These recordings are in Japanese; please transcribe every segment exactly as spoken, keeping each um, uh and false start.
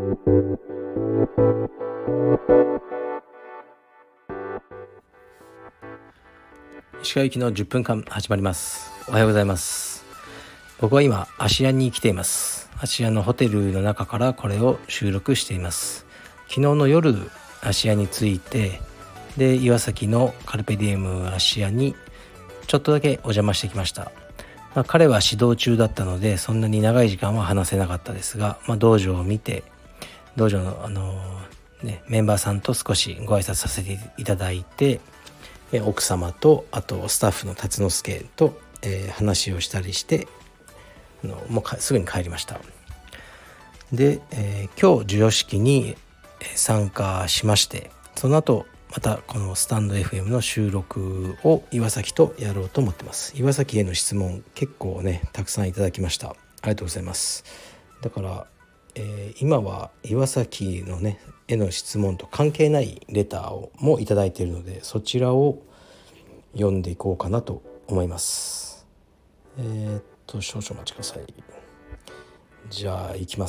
石川行きのじゅっぷんかん始まります。おはようございます。僕は今芦屋に来ています。芦屋のホテルの中からこれを収録しています。昨日の夜芦屋に着いて、で岩崎のカルペディエム芦屋にちょっとだけお邪魔してきました。まあ、彼は指導中だったのでそんなに長い時間は話せなかったですが、まあ、道場を見て道場の、あのーね、メンバーさんと少しご挨拶させていただいて、奥様とあとスタッフの辰之助と、えー、話をしたりしてあのもうすぐに帰りました。で、えー、今日授与式に参加しまして、その後またこのスタンド エフエム の収録を岩崎とやろうと思ってます。岩崎への質問結構ねたくさんいただきました。ありがとうございます。だから、えー、今は岩崎のねへの質問と関係ないレターをもいただいているので、そちらを読んでいこうかなと思います。えー、っと少々お待ちください。じゃあ行きます。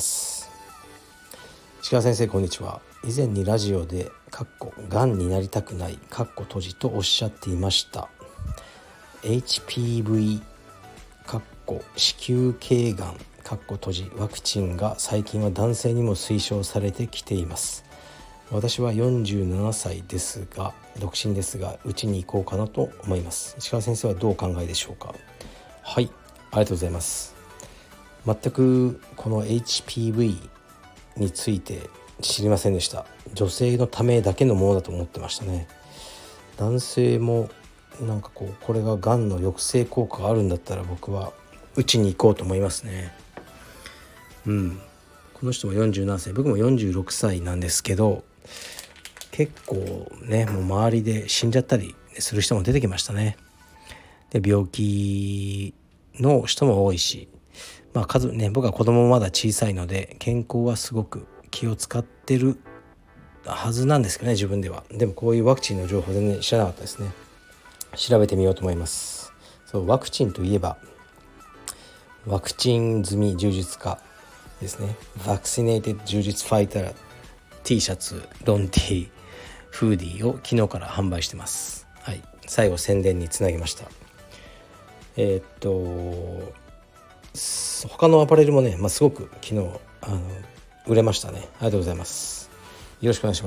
石川先生こんにちは。以前にラジオでかっこがんになりたくないかっこ閉じとおっしゃっていました。 エイチピーブイ かっこ子宮頸がんかっこ閉じワクチンが最近は男性にも推奨されてきています。私はよんじゅうななさいですが独身ですがうちに行こうかなと思います。石川先生はどうお考えでしょうか。はい、ありがとうございます。全くこの エイチピーブイ について知りませんでした。女性のためだけのものだと思ってましたね。男性もなんかこうこれががんの抑制効果があるんだったら僕はうちに行こうと思いますね。うんこの人もよんじゅうななさい、僕もよんじゅうろくさいなんですけど、結構ねもう周りで死んじゃったりする人も出てきましたね。で病気の人も多いし、まあ数ね僕は子供もまだ小さいので健康はすごく気を使ってるはずなんですけどね自分では。でもこういうワクチンの情報全然知らなかったですね。調べてみようと思います。そうワクチンといえばワクチン済み柔術家ですね。Vaccinated 柔術ファイター T シャツ、ロン T、フーディーを昨日から販売してます。はい、最後宣伝につなげました。えー、っと他のアパレルもね、まあ、すごく昨日あの売れましたね。ありがとうございます。よろしくお願いします。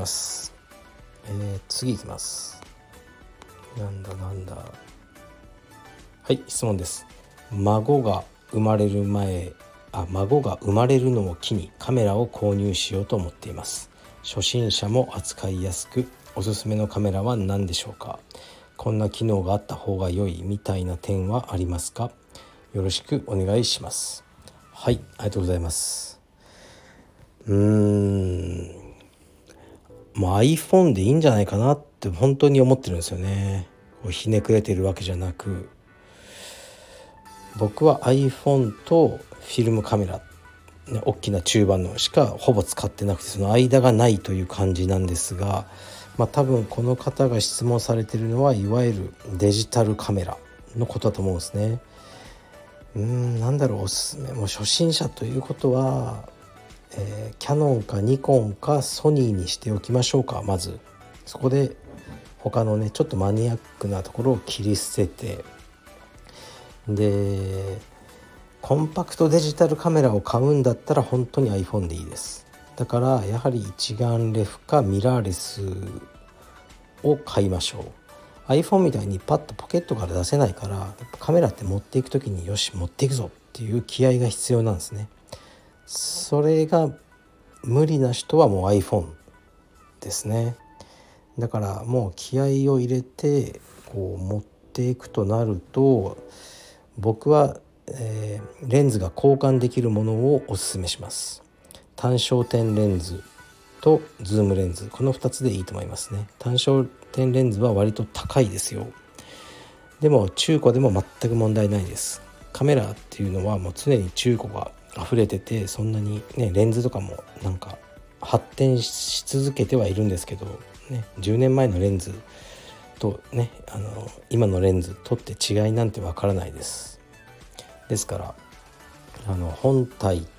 えー、次いきます。なんだなんだはい質問です。孫が生まれる前あ孫が生まれるのを機にカメラを購入しようと思っています。初心者も扱いやすくおすすめのカメラは何でしょうか。こんな機能があった方が良いみたいな点はありますか。よろしくお願いします。はい、ありがとうございます。うーんもう iPhone でいいんじゃないかなって本当に思ってるんですよね。こうひねくれてるわけじゃなく、僕は iPhone とフィルムカメラ、ね、大きな中盤のしかほぼ使ってなくて、その間がないという感じなんですが、まあ多分この方が質問されているのはいわゆるデジタルカメラのことだと思うんですね。うーんなんだろうおすすめ、もう初心者ということは、えー、キヤノンかニコンかソニーにしておきましょうか。まずそこで他のねちょっとマニアックなところを切り捨てて、でコンパクトデジタルカメラを買うんだったら本当に iPhone でいいです。だからやはり一眼レフかミラーレスを買いましょう。 iPhone みたいにパッとポケットから出せないから、カメラって持っていくときによし持っていくぞっていう気合が必要なんですね。それが無理な人はもう iPhone ですね。だからもう気合を入れてこう持っていくとなると、僕は、えー、レンズが交換できるものをおすすめします。単焦点レンズとズームレンズ、このふたつでいいと思いますね。単焦点レンズは割と高いですよ。でも中古でも全く問題ないです。カメラっていうのはもう常に中古が溢れてて、そんなにねレンズとかもなんか発展し続けてはいるんですけどね、じゅうねんまえのレンズとねあの今のレンズとって違いなんてわからないです。ですからあの本体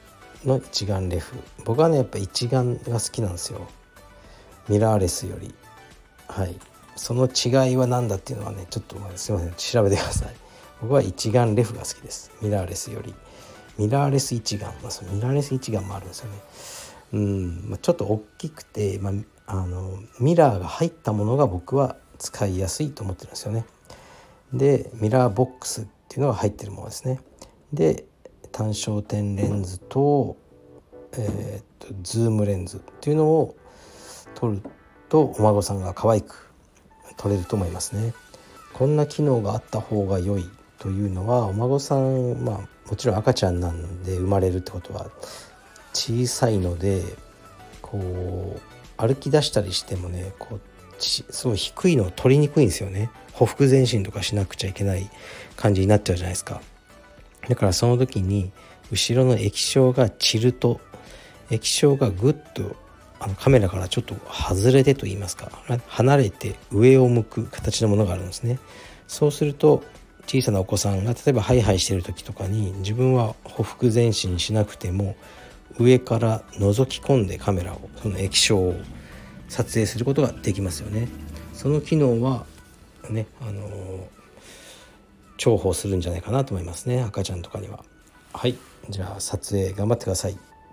の一眼レフ、僕はねやっぱ一眼が好きなんですよ、ミラーレスより。はい、その違いは何だっていうのはねちょっとすいません調べてください。僕は一眼レフが好きです、ミラーレスより。ミラーレス一眼、まあ、そのミラーレス一眼もあるんですよね。うん、まあ、ちょっと大きくて、まあ、あのミラーが入ったものが僕は使いやすいと思ってるんですよね。でミラーボックスっていうのが入ってるものですね。で単焦点レンズと、えー、とズームレンズっていうのを撮るとお孫さんが可愛く撮れると思いますね。こんな機能があった方が良いというのは、お孫さん、まあもちろん赤ちゃんなんで生まれるってことは小さいので、こう歩き出したりしてもねこうすごい低いのを取りにくいんですよね。ほふ前進とかしなくちゃいけない感じになっちゃうじゃないですか。だからその時に後ろの液晶が散ると、液晶がぐっとあのカメラからちょっと外れてと言いますか、離れて上を向く形のものがあるんですね。そうすると小さなお子さんが例えばハイハイしてる時とかに、自分はほふ前進しなくても上から覗き込んでカメラを、その液晶を撮影することができますよね。その機能はね、あのー、重宝するんじゃないかなと思いますね、赤ちゃんとかには。はい、じゃあ撮影頑張ってください。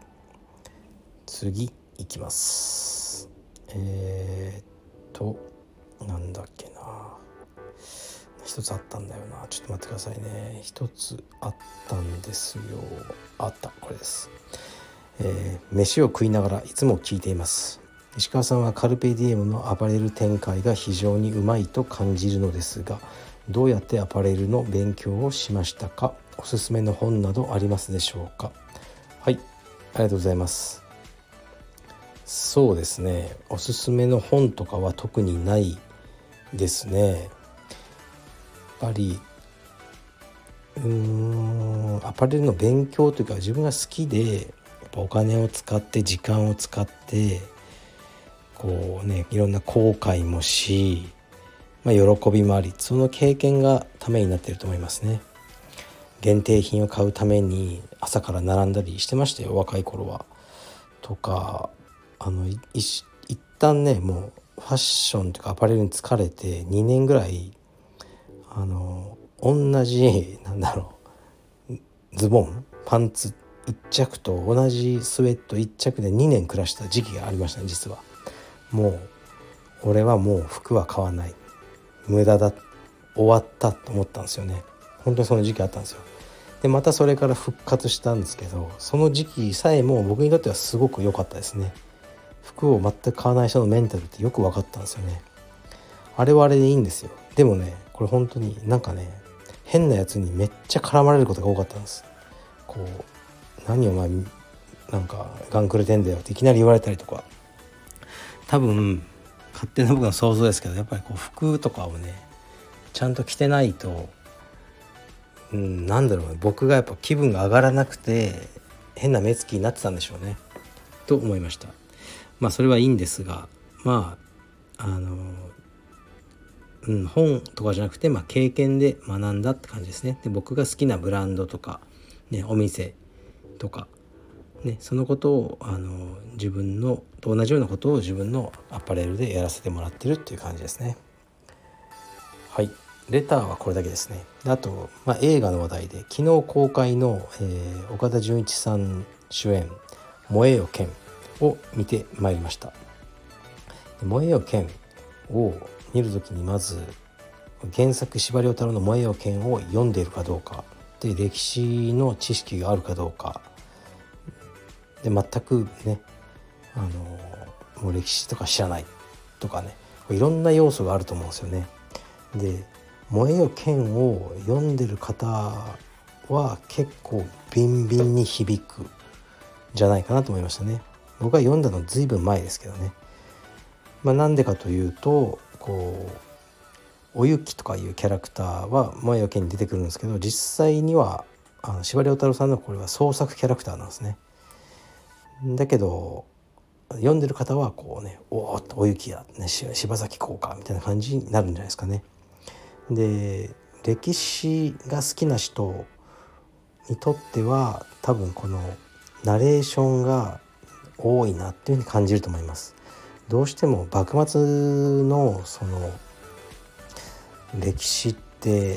次いきます。えー、っとなんだっけな、一つあったんだよな、ちょっと待ってくださいね。一つあったんですよ。あった、これです。えー、飯を食いながらいつも聞いています。石川さんはカルペディエムのアパレル展開が非常にうまいと感じるのですが、どうやってアパレルの勉強をしましたか？おすすめの本などありますでしょうか？はい、ありがとうございます。そうですね、おすすめの本とかは特にないですね。やっぱりうーんアパレルの勉強というか、自分が好きでやっぱお金を使って時間を使ってこうね、いろんな後悔もし、まあ、喜びもあり、その経験がためになっていると思いますね。限定品を買うために朝から並んだりしてましたよ、若い頃は。とかあのい一旦ねもうファッションというかアパレルに疲れてにねんぐらいあの同じなんだろうズボンパンツ一着と同じスウェット一着でにねん暮らした時期がありましたね。実はもう俺はもう服は買わない、無駄だ、終わったと思ったんですよね。本当にその時期あったんですよ。でまたそれから復活したんですけど、その時期さえも僕にとってはすごく良かったですね。服を全く買わない人のメンタルってよく分かったんですよね。あれはあれでいいんですよ。でもねこれ本当になんかね変なやつにめっちゃ絡まれることが多かったんです。こう何お前なんかガンくれてんだよっていきなり言われたりとか、多分勝手な僕の想像ですけど、やっぱりこう服とかをねちゃんと着てないと、うん、なんだろうね、僕がやっぱ気分が上がらなくて変な目つきになってたんでしょうねと思いました。まあそれはいいんですが、まああの、うん、本とかじゃなくて、まあ、経験で学んだって感じですね。で僕が好きなブランドとか、ね、お店とか、ね、そのことをあの自分のと同じようなことを自分のアパレルでやらせてもらってるっていう感じですね。はい、レターはこれだけですね。あと、まあ、映画の話題で昨日公開の、えー、岡田准一さん主演「燃えよ剣」を見てまいりました。燃えよ剣を見るときにまず原作司馬遼太郎の燃えよ剣を読んでいるかどうかで、歴史の知識があるかどうかで、全くねあのもう歴史とか知らないとかね、いろんな要素があると思うんですよね。で燃えよ剣を読んでる方は結構ビンビンに響くじゃないかなと思いましたね。僕は読んだのずいぶん前ですけどね。まあ、なんでかというとこうおゆきとかいうキャラクターは燃えよ剣に出てくるんですけど、実際にはあの司馬遼太郎さんのこれは創作キャラクターなんですね。だけど読んでる方はこうね、おーっとおゆきや、ね、柴咲コウかみたいな感じになるんじゃないですかね。で歴史が好きな人にとっては多分このナレーションが多いなっていうふうに感じると思います。どうしても幕末のその歴史って、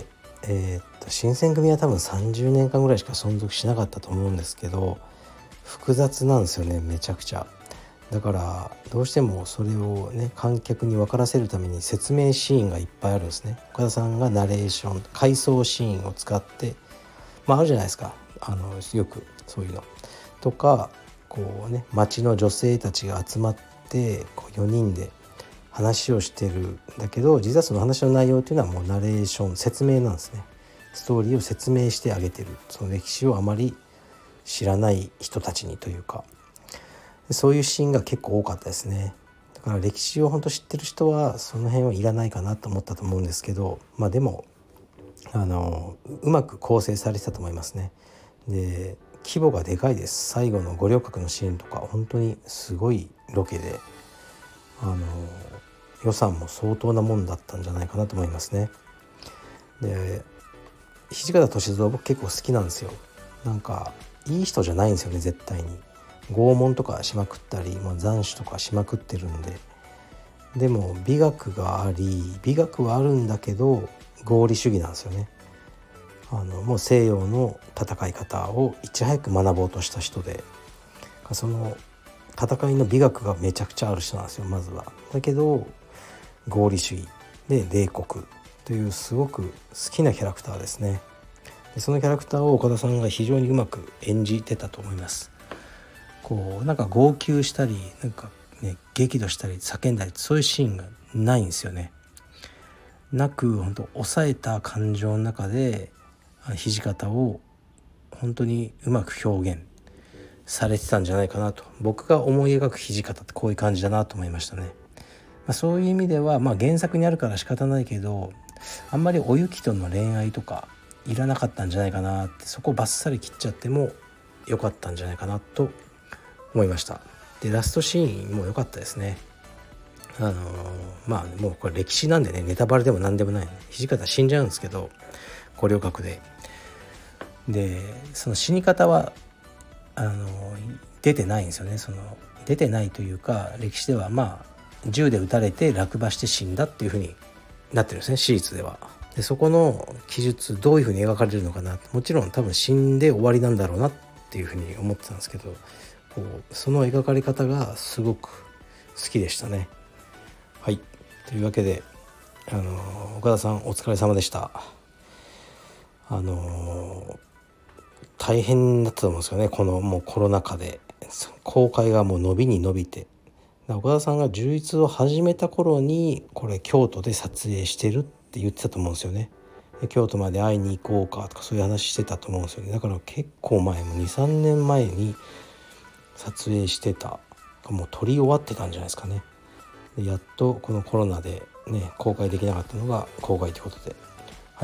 えー、っと新選組は多分さんじゅうねんかんぐらいしか存続しなかったと思うんですけど、複雑なんですよね、めちゃくちゃ。だからどうしてもそれをね観客に分からせるために説明シーンがいっぱいあるんですね。岡田さんがナレーション回想シーンを使って、まああるじゃないですか、あのよくそういうのとか、こうね町の女性たちが集まってこうよにんで話をしてるんだけど、実はその話の内容っていうのはもうナレーション説明なんですね。ストーリーを説明してあげてる、その歴史をあまり知らない人たちにというか、そういうシーンが結構多かったですね。だから歴史を本当知ってる人はその辺はいらないかなと思ったと思うんですけど、まあでもあのうまく構成されてたと思いますね。で規模がでかいです。最後の五稜郭のシーンとか本当にすごいロケで、あの予算も相当なもんだったんじゃないかなと思いますね。で土方歳三は僕結構好きなんですよ。なんかいい人じゃないんですよね、絶対に。拷問とかしまくったり、もう斬首とかしまくってるんで。でも美学があり、美学はあるんだけど合理主義なんですよね。あのもう西洋の戦い方をいち早く学ぼうとした人で、その戦いの美学がめちゃくちゃある人なんですよ、まずは。だけど合理主義で冷酷というすごく好きなキャラクターですね。でそのキャラクターを岡田さんが非常にうまく演じてたと思います。こうなんか号泣したり、なんかね激怒したり叫んだり、そういうシーンがないんですよね。なく本当抑えた感情の中で土方を本当にうまく表現されてたんじゃないかなと、僕が思い描く土方ってこういう感じだなと思いましたね。まあ、そういう意味では、まあ、原作にあるから仕方ないけど、あんまりお雪との恋愛とかいらなかったんじゃないかなって、そこをバッサリ切っちゃってもよかったんじゃないかなと思いました。でラストシーンも良かったですね。あのー、まあもうこれ歴史なんでね、ネタバレでも何でもない、土方死んじゃうんですけど、五稜郭ででその死に方はあの出てないんですよね。その出てないというか、歴史ではまあ銃で撃たれて落馬して死んだっていう風になってるんですね、史実では。でそこの記述どういう風に描かれるのかな、もちろん多分死んで終わりなんだろうなっていう風に思ってたんですけど、こうその描かれ方がすごく好きでしたね。はい、というわけであの岡田さんお疲れ様でした。あの大変だったと思うんですよね、このもうコロナ禍で公開がもう伸びに伸びて、岡田さんが充実を始めた頃にこれ京都で撮影してるって言ってたと思うんですよね。京都まで会いに行こうかとかそういう話してたと思うんですよね。だから結構前、もう にさんねんまえに撮影してた、もう撮り終わってたんじゃないですかね。でやっとこのコロナでね公開できなかったのが公開ということで、はい、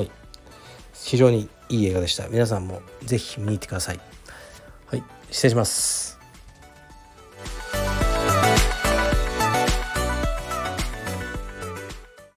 非常にいい映画でした。皆さんもぜひ見に行ってください。はい、失礼します。